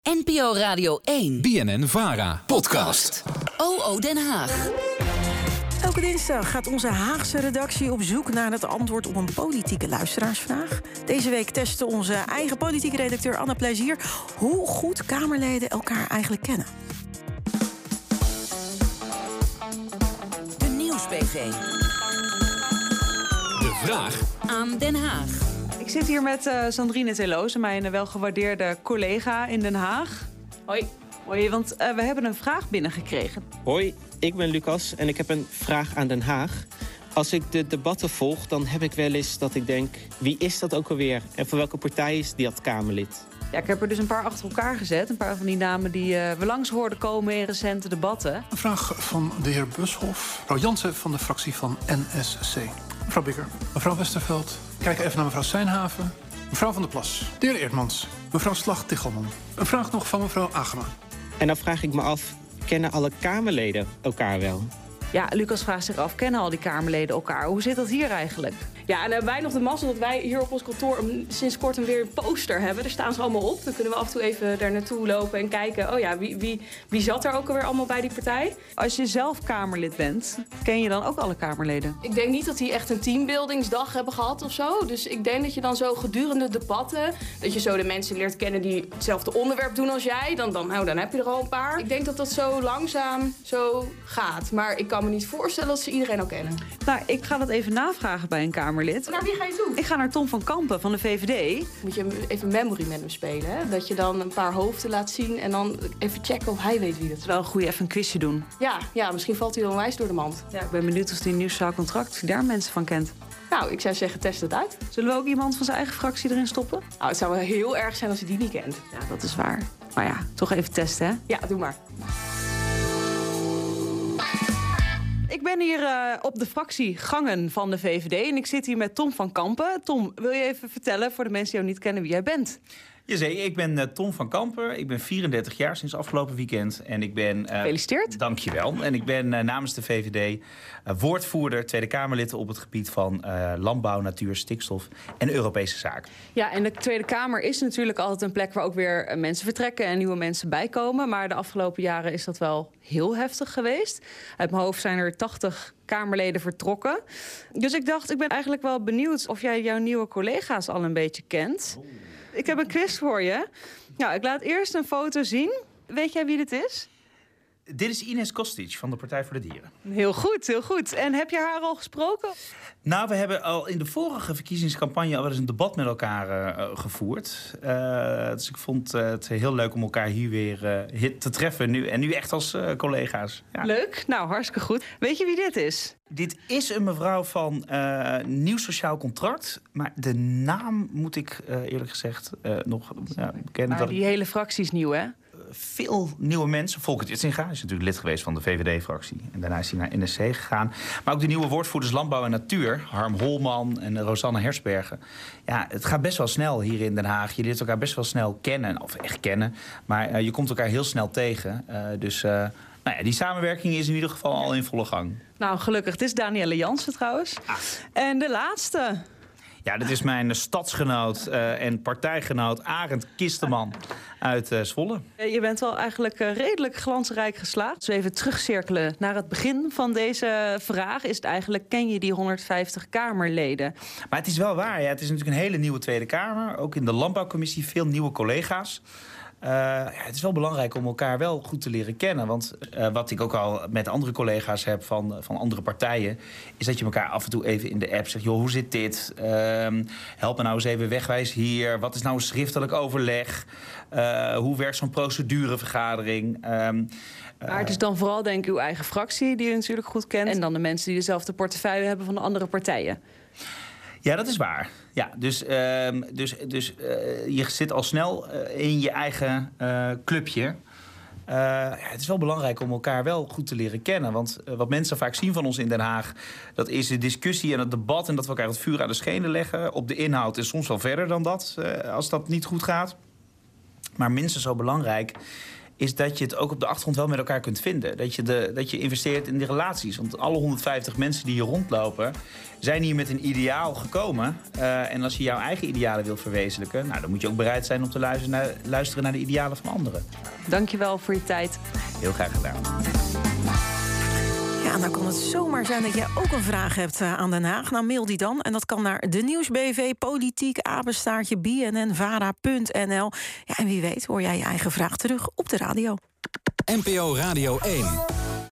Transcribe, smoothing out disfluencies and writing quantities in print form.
NPO Radio 1. BNN-VARA. Podcast. OO Den Haag. Elke dinsdag gaat onze Haagse redactie op zoek naar het antwoord op een politieke luisteraarsvraag. Deze week testen onze eigen politieke redacteur Anne Plezier hoe goed Kamerleden elkaar eigenlijk kennen. De Nieuws-PV. De vraag Aan Den Haag. Ik zit hier met Sandrine Teloze, mijn welgewaardeerde collega in Den Haag. Hoi. Hoi, want we hebben een vraag binnengekregen. Hoi, ik ben Lucas en ik heb een vraag aan Den Haag. Als ik de debatten volg, dan heb ik wel eens dat ik denk, wie is dat ook alweer? En voor welke partij is dat Kamerlid? Ja, ik heb er dus een paar achter elkaar gezet. Een paar van die namen die we langs hoorden komen in recente debatten. Een vraag van de heer Bushoff. Mevrouw Jansen van de fractie van NSC. Mevrouw Bikker. Mevrouw Westerveld. Kijk even naar mevrouw Seinhaven. Mevrouw Van der Plas. De heer Eertmans. Mevrouw Slag-Tichelman. Een vraag nog van mevrouw Agema. En dan vraag ik me af, kennen alle Kamerleden elkaar wel? Ja, Lucas vraagt zich af, kennen al die Kamerleden elkaar? Hoe zit dat hier eigenlijk? Ja, en dan hebben wij nog de mazzel dat wij hier op ons kantoor sinds kort weer een poster hebben. Daar staan ze allemaal op. Dan kunnen we af en toe even daar naartoe lopen en kijken. Oh ja, wie zat er ook alweer allemaal bij die partij? Als je zelf Kamerlid bent, ken je dan ook alle Kamerleden? Ik denk niet dat die echt een teambuildingsdag hebben gehad of zo. Dus ik denk dat je dan zo gedurende debatten, dat je zo de mensen leert kennen die hetzelfde onderwerp doen als jij. Dan heb je er al een paar. Ik denk dat dat zo langzaam zo gaat. Maar ik kan me niet voorstellen dat ze iedereen al kennen. Nou, ik ga dat even navragen bij een Kamerlid. Naar wie ga je toe? Ik ga naar Tom van Kampen van de VVD. Moet je even memory met hem spelen, hè? Dat je dan een paar hoofden laat zien en dan even checken of hij weet wie dat is. Wel een goeie even een quizje doen. Ja, misschien valt hij dan wijs door de mand. Ja, ik ben benieuwd of die nieuwszaal contract daar mensen van kent. Nou, ik zou zeggen, test het uit. Zullen we ook iemand van zijn eigen fractie erin stoppen? Nou, het zou wel heel erg zijn als hij die niet kent. Ja, dat is waar. Maar ja, toch even testen, hè? Ja, doe maar. Ik ben hier op de fractiegangen van de VVD en ik zit hier met Tom van Kampen. Tom, wil je even vertellen voor de mensen die jou niet kennen wie jij bent? Jazeker, ik ben Tom van Kampen. Ik ben 34 jaar sinds afgelopen weekend. En ik ben... Gefeliciteerd. Dankjewel. En ik ben namens de VVD woordvoerder, Tweede Kamerlid op het gebied van landbouw, natuur, stikstof en Europese zaken. Ja, en de Tweede Kamer is natuurlijk altijd een plek waar ook weer mensen vertrekken en nieuwe mensen bijkomen. Maar de afgelopen jaren is dat wel heel heftig geweest. Uit mijn hoofd zijn er 80 Kamerleden vertrokken. Dus ik dacht, ik ben eigenlijk wel benieuwd of jij jouw nieuwe collega's al een beetje kent. Ik heb een quiz voor je. Nou, ik laat eerst een foto zien. Weet jij wie dit is? Dit is Ines Kostic van de Partij voor de Dieren. Heel goed, heel goed. En heb je haar al gesproken? Nou, we hebben al in de vorige verkiezingscampagne al wel eens een debat met elkaar gevoerd. Dus ik vond het heel leuk om elkaar hier weer te treffen. Nu echt als collega's. Ja. Leuk, nou hartstikke goed. Weet je wie dit is? Dit is een mevrouw van Nieuw Sociaal Contract. Maar de naam moet ik eerlijk gezegd nog bekennen. Maar die hele fractie is nieuw, hè? Veel nieuwe mensen. Volker Titsinga is natuurlijk lid geweest van de VVD-fractie. En daarna is hij naar NSC gegaan. Maar ook de nieuwe woordvoerders Landbouw en Natuur. Harm Holman en Rosanne Hersbergen. Ja, het gaat best wel snel hier in Den Haag. Je leert elkaar best wel snel kennen. Of echt kennen. Maar je komt elkaar heel snel tegen. Die samenwerking is in ieder geval al in volle gang. Nou, gelukkig. Het is Danielle Jansen trouwens. En de laatste. Ja, dit is mijn stadsgenoot en partijgenoot Arend Kisteman uit Zwolle. Je bent wel eigenlijk redelijk glansrijk geslaagd. Dus even terugcirkelen naar het begin van deze vraag. Is het eigenlijk, ken je die 150 Kamerleden? Maar het is wel waar. Ja. Het is natuurlijk een hele nieuwe Tweede Kamer. Ook in de Landbouwcommissie veel nieuwe collega's. Het is wel belangrijk om elkaar wel goed te leren kennen. Want wat ik ook al met andere collega's heb van andere partijen, is dat je elkaar af en toe even in de app zegt, joh, hoe zit dit? Help me nou eens even wegwijs hier. Wat is nou een schriftelijk overleg? Hoe werkt zo'n procedurevergadering? Maar het is dan vooral denk ik uw eigen fractie die u natuurlijk goed kent. En dan de mensen die dezelfde portefeuille hebben van de andere partijen. Ja, dat is waar. Ja, dus je zit al snel in je eigen clubje. Het is wel belangrijk om elkaar wel goed te leren kennen. Want wat mensen vaak zien van ons in Den Haag, dat is de discussie en het debat en dat we elkaar het vuur aan de schenen leggen op de inhoud en soms wel verder dan dat, als dat niet goed gaat. Maar minstens zo belangrijk is dat je het ook op de achtergrond wel met elkaar kunt vinden. Dat je investeert in de relaties. Want alle 150 mensen die hier rondlopen zijn hier met een ideaal gekomen. En als je jouw eigen idealen wilt verwezenlijken, dan moet je ook bereid zijn om te luisteren naar de idealen van anderen. Dankjewel voor je tijd. Heel graag gedaan. Ja, nou kan het zomaar zijn dat jij ook een vraag hebt aan Den Haag. Nou, mail die dan. En dat kan naar de Nieuwsbv politiek @bnnvara.nl. Ja, en wie weet hoor jij je eigen vraag terug op de radio. NPO Radio 1.